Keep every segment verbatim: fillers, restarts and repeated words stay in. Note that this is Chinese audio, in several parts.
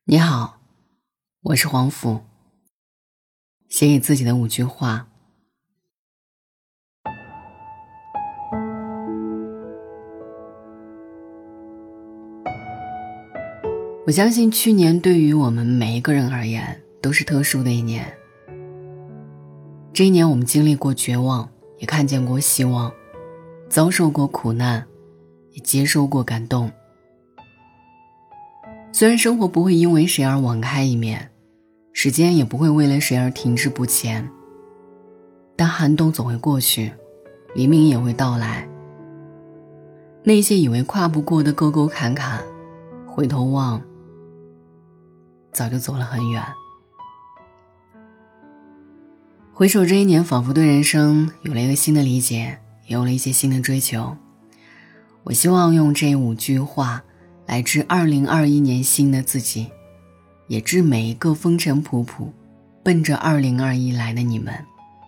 你好，我是黄甫，写给自己的五句话。我相信去年对于我们每一个人而言都是特殊的一年。这一年我们经历过绝望，也看见过希望，遭受过苦难，也接受过感动。虽然生活不会因为谁而网开一面，时间也不会为了谁而停滞不前，但寒冬总会过去，黎明也会到来。那些以为跨不过的沟沟坎坎，回头望，早就走了很远。回首这一年，仿佛对人生有了一个新的理解，也有了一些新的追求。我希望用这五句话来致二零二一年新的自己，也致每一个风尘仆仆奔着二零二一来的你们。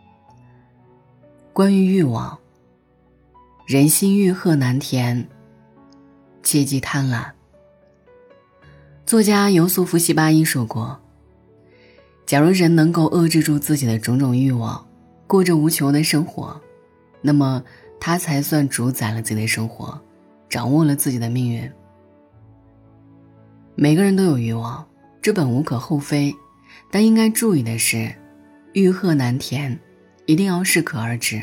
关于欲望，人心欲壑难填，切忌贪婪。作家尤素福·西巴伊说过，假如人能够遏制住自己的种种欲望，过着无求的生活，那么他才算主宰了自己的生活，掌握了自己的命运。每个人都有欲望，这本无可厚非，但应该注意的是，欲壑难填，一定要适可而止。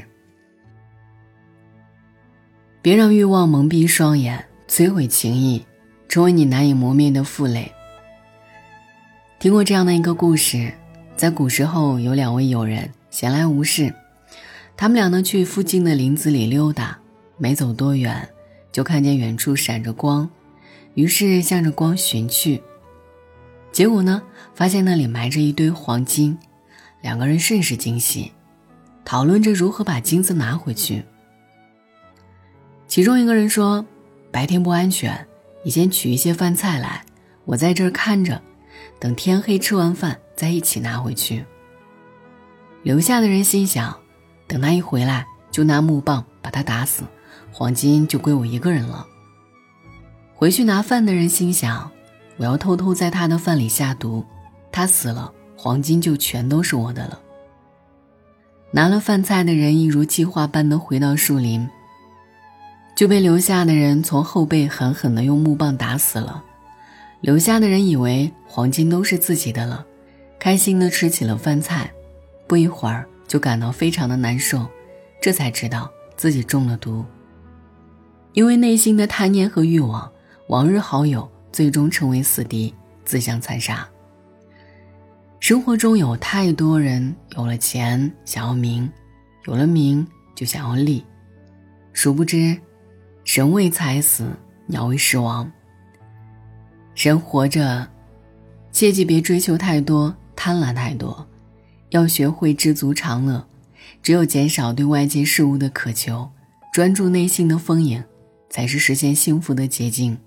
别让欲望蒙蔽双眼，摧毁情谊，成为你难以磨灭的负累。听过这样的一个故事，在古时候有两位友人闲来无事，他们俩呢去附近的林子里溜达，没走多远就看见远处闪着光，于是向着光寻去，结果呢发现那里埋着一堆黄金，两个人甚是惊喜，讨论着如何把金子拿回去。其中一个人说，白天不安全，你先取一些饭菜来，我在这儿看着，等天黑吃完饭再一起拿回去。留下的人心想，等他一回来就拿木棒把他打死，黄金就归我一个人了。回去拿饭的人心想，我要偷偷在他的饭里下毒，他死了，黄金就全都是我的了。拿了饭菜的人一如计划般的回到树林，就被留下的人从后背狠狠地用木棒打死了。留下的人以为黄金都是自己的了，开心地吃起了饭菜，不一会儿就感到非常的难受，这才知道自己中了毒。因为内心的贪念和欲望，往日好友最终成为死敌，自相残杀。生活中有太多人有了钱想要名，有了名就想要利，殊不知人为财死，鸟为食亡。人活着，切记别追求太多，贪婪太多，要学会知足常乐。只有减少对外界事物的渴求，专注内心的丰盈，才是实现幸福的捷径。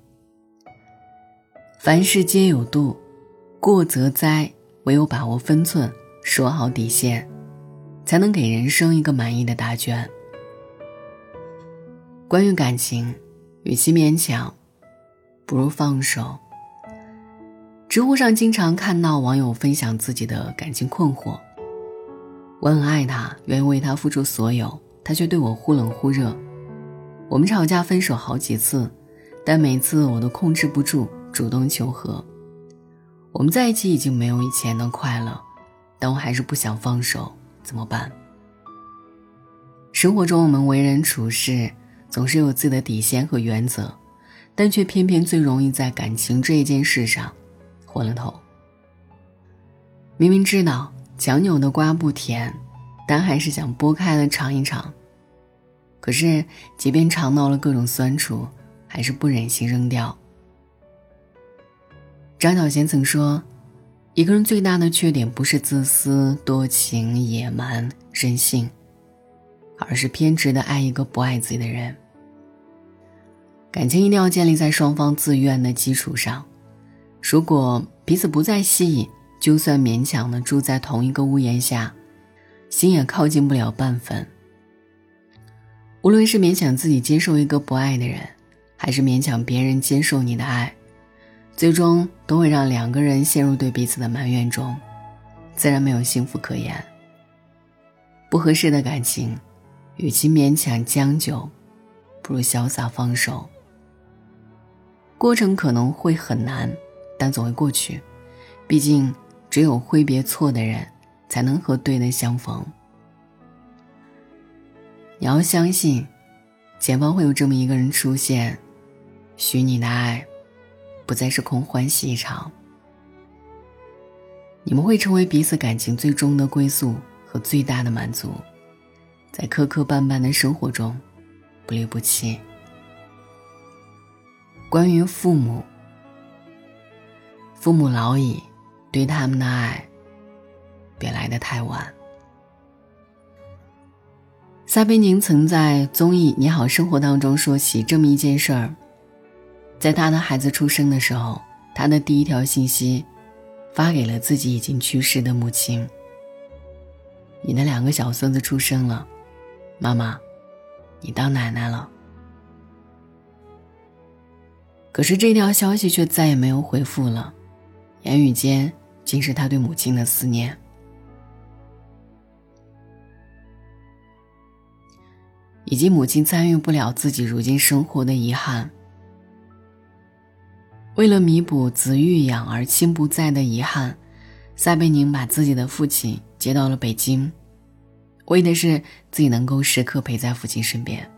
凡事皆有度，过则灾，唯有把握分寸，说好底线，才能给人生一个满意的答卷。关于感情，与其勉强，不如放手。知乎上经常看到网友分享自己的感情困惑，我很爱他，愿意为他付出所有，他却对我忽冷忽热。我们吵架分手好几次，但每次我都控制不住，主动求和。我们在一起已经没有以前的快乐，但我还是不想放手，怎么办？生活中我们为人处事总是有自己的底线和原则，但却偏偏最容易在感情这一件事上昏了头。明明知道强扭的瓜不甜，但还是想剥开了尝一尝。可是即便尝到了各种酸楚，还是不忍心扔掉。张小娴曾说，一个人最大的缺点不是自私、多情、野蛮、任性，而是偏执地爱一个不爱自己的人。感情一定要建立在双方自愿的基础上，如果彼此不再吸引，就算勉强地住在同一个屋檐下，心也靠近不了半分。无论是勉强自己接受一个不爱的人，还是勉强别人接受你的爱， 最终都会让两个人陷入对彼此的埋怨中，自然没有幸福可言。不合适的感情，与其勉强将就，不如潇洒放手。过程可能会很难，但总会过去。毕竟只有挥别错的人，才能和对的相逢。你要相信，前方会有这么一个人出现，许你的爱不再是空欢喜一场。你们会成为彼此感情最终的归宿和最大的满足，在磕磕绊绊的生活中不离不弃。关于父母，父母老矣，对他们的爱别来得太晚。撒贝宁曾在综艺《你好生活》当中说起这么一件事儿。在他的孩子出生的时候，他的第一条信息发给了自己已经去世的母亲：你的两个小孙子出生了，妈妈，你当奶奶了。可是这条消息却再也没有回复了，言语间尽是他对母亲的思念。以及母亲参与不了自己如今生活的遗憾。为了弥补子欲养而亲不在的遗憾，撒贝宁把自己的父亲接到了北京，为的是自己能够时刻陪在父亲身边。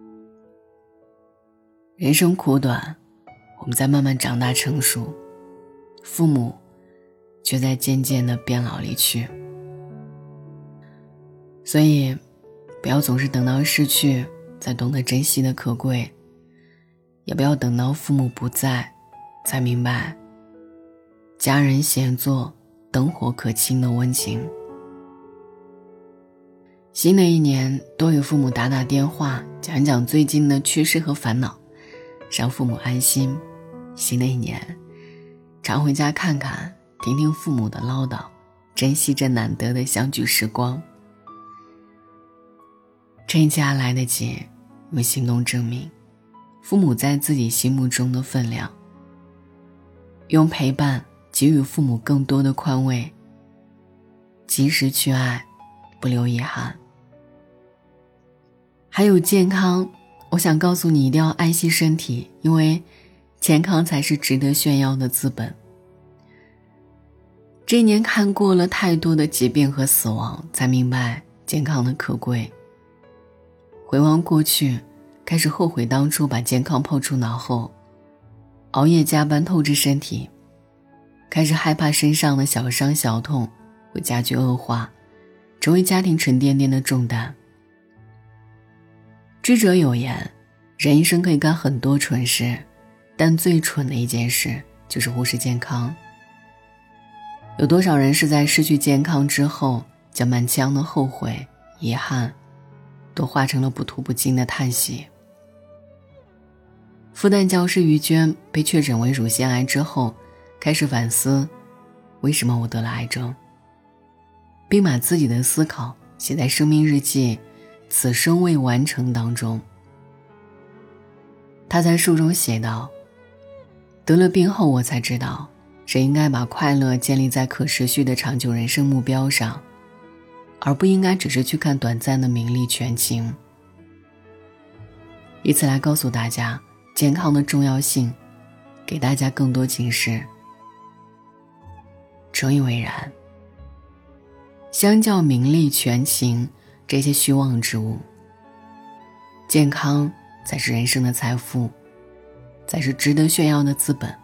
人生苦短，我们在慢慢长大成熟，父母却在渐渐地变老离去。所以不要总是等到失去才懂得珍惜的可贵，也不要等到父母不在才明白家人闲坐灯火可亲的温情。新的一年多给父母打打电话，讲讲最近的趣事和烦恼，让父母安心。新的一年常回家看看，听听父母的唠叨，珍惜这难得的相聚时光。趁一切还来得及，用行动证明父母在自己心目中的分量，用陪伴给予父母更多的宽慰，及时去爱，不留遗憾。还有健康，我想告诉你一定要爱惜身体，因为健康才是值得炫耀的资本。这一年看过了太多的疾病和死亡，才明白健康的可贵。回望过去，开始后悔当初把健康抛出脑后，熬夜加班透支身体，开始害怕身上的小伤小痛会加剧恶化，成为家庭沉甸甸的重担。智者有言，人一生可以干很多蠢事，但最蠢的一件事就是忽视健康。有多少人是在失去健康之后，将满腔的后悔、遗憾都化成了不吐不尽的叹息。复旦教师于娟被确诊为乳腺癌之后，开始反思为什么我得了癌症，并把自己的思考写在生命日记《此生未完成》当中。他在书中写道，得了病后我才知道，人应该把快乐建立在可持续的长久人生目标上，而不应该只是去看短暂的名利权情。以此来告诉大家健康的重要性，给大家更多警示。诚以为然，相较名利权情这些虚妄之物，健康才是人生的财富，才是值得炫耀的资本。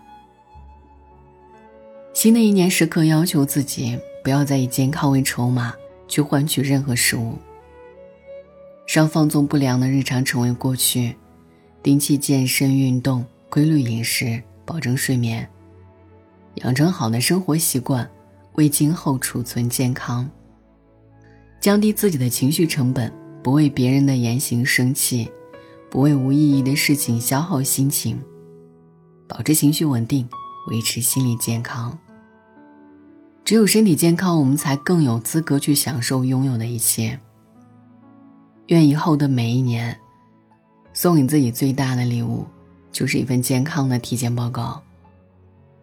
新的一年时刻要求自己，不要再以健康为筹码去换取任何事物，让放纵不良的日常成为过去，定期健身运动，规律饮食，保证睡眠，养成好的生活习惯，为今后储存健康。降低自己的情绪成本，不为别人的言行生气，不为无意义的事情消耗心情，保持情绪稳定，维持心理健康。只有身体健康，我们才更有资格去享受拥有的一切。愿以后的每一年，送给自己最大的礼物，就是一份健康的体检报告。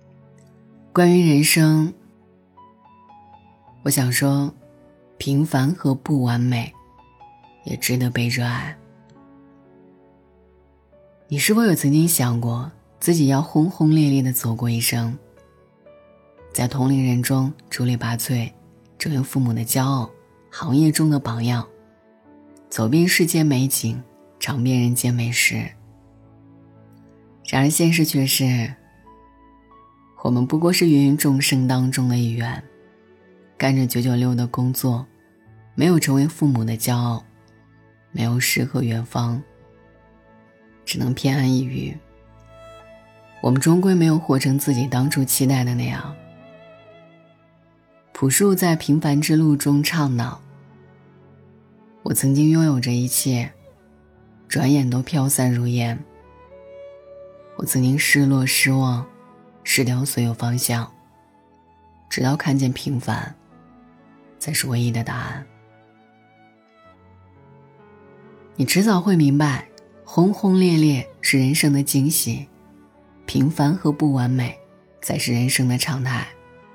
关于人生，我想说，平凡和不完美也值得被热爱。你是否有曾经想过，自己要轰轰烈烈地走过一生，在同龄人中出类拔萃，成为父母的骄傲，行业中的榜样，走遍世间美景，尝遍人间美食。然而现实却是，我们不过是芸芸众生当中的一员，干着九九六的工作，没有成为父母的骄傲，没有诗和远方，只能偏安一隅。我们终归没有活成自己当初期待的那样。朴树在平凡之路中倡导，我曾经拥有着一切，转眼都飘散如烟。我曾经失落失望，失掉所有方向，直到看见平凡才是唯一的答案。你迟早会明白，轰轰烈烈是人生的惊喜，平凡和不完美才是人生的常态。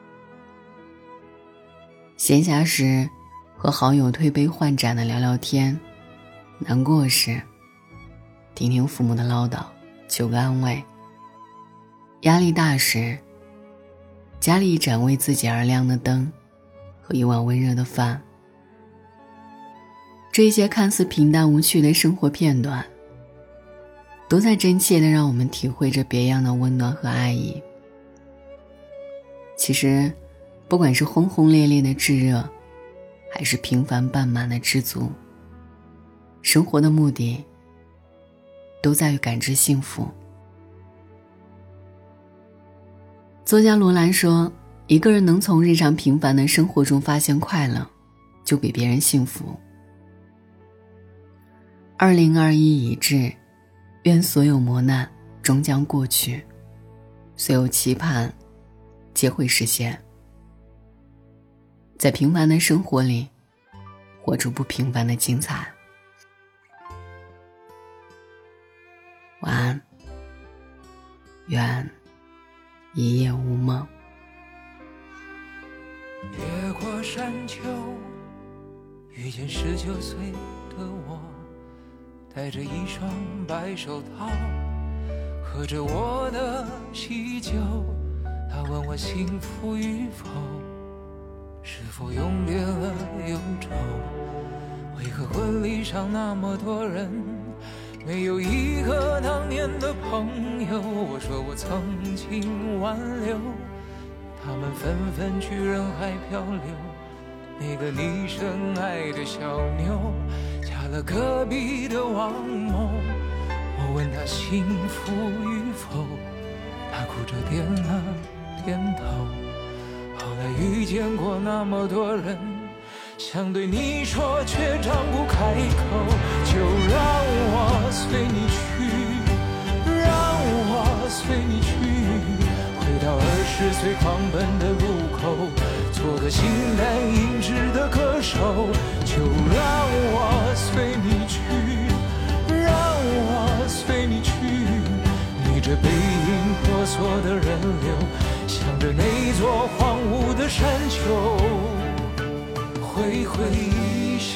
闲暇时和好友推杯换盏的聊聊天，难过时听听父母的唠叨，求个安慰。压力大时，家里一盏为自己而亮的灯和一碗温热的饭。这些看似平淡无趣的生活片段，都在真切地让我们体会着别样的温暖和爱意。其实不管是轰轰烈烈的炙热，还是平凡半满的知足，生活的目的都在于感知幸福。作家罗兰说，一个人能从日常平凡的生活中发现快乐，就比别人幸福。二零二一已至，愿所有磨难终将过去，所有期盼皆会实现。在平凡的生活里，活出不平凡的精彩。晚安，愿一夜无梦。 越过山丘，遇见十九岁的我，戴着一双白手套，喝着我的喜酒。他问我幸福与否，是否永别了忧愁？为何婚礼上那么多人，没有一个当年的朋友？我说我曾经挽留，他们纷纷去人海漂流。那个你深爱的小妞，嫁了隔壁的王某。我问他幸福与否，他哭着点了点头。后来遇见过那么多人，想对你说却张不开口。就让我随你去，让我随你去，回到二十岁狂奔的路口，做个形单影只的歌手。就让我随你去，让我随你去，逆着背影婆娑的人流，向着那座荒芜的山丘挥挥衣袖。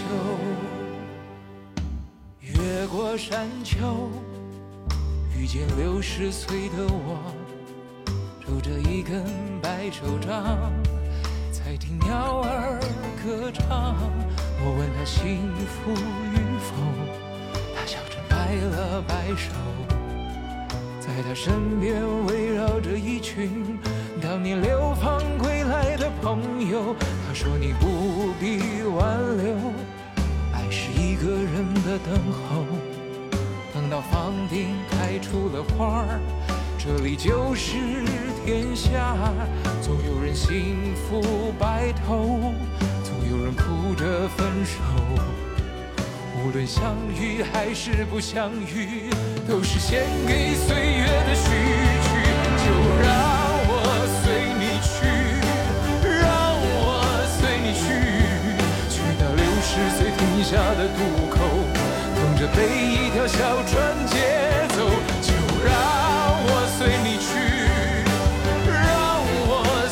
越过山丘，遇见六十岁的我，拄着一根白手杖，在听鸟儿歌唱。我问他幸福与否，他笑着摆了摆手。在他身边围绕着一群当年流放归来的朋友。他说你不必挽留，爱是一个人的等候。等到房顶开出了花儿，这里就是天下。总有人幸福白头，总有人哭着分手。无论相遇还是不相遇，都是献给岁月的序曲。就让我随你去，让我随你去，去到六十岁停下的渡口，等着被一条小船接走。就让我随你去，让我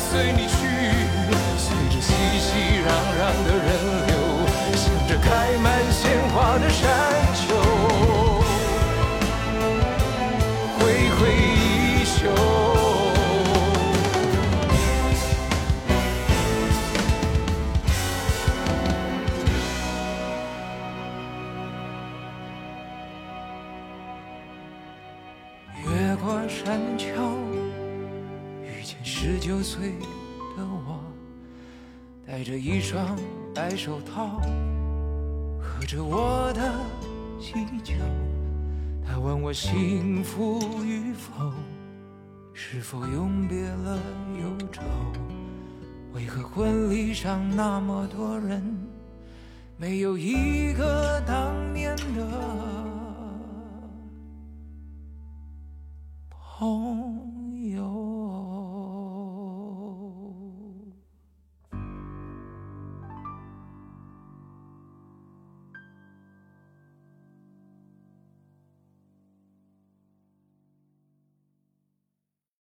岁的我，戴着一双白手套，喝着我的喜酒。他问我幸福与否，是否永别了忧愁？为何婚礼上那么多人，没有一个当年的朋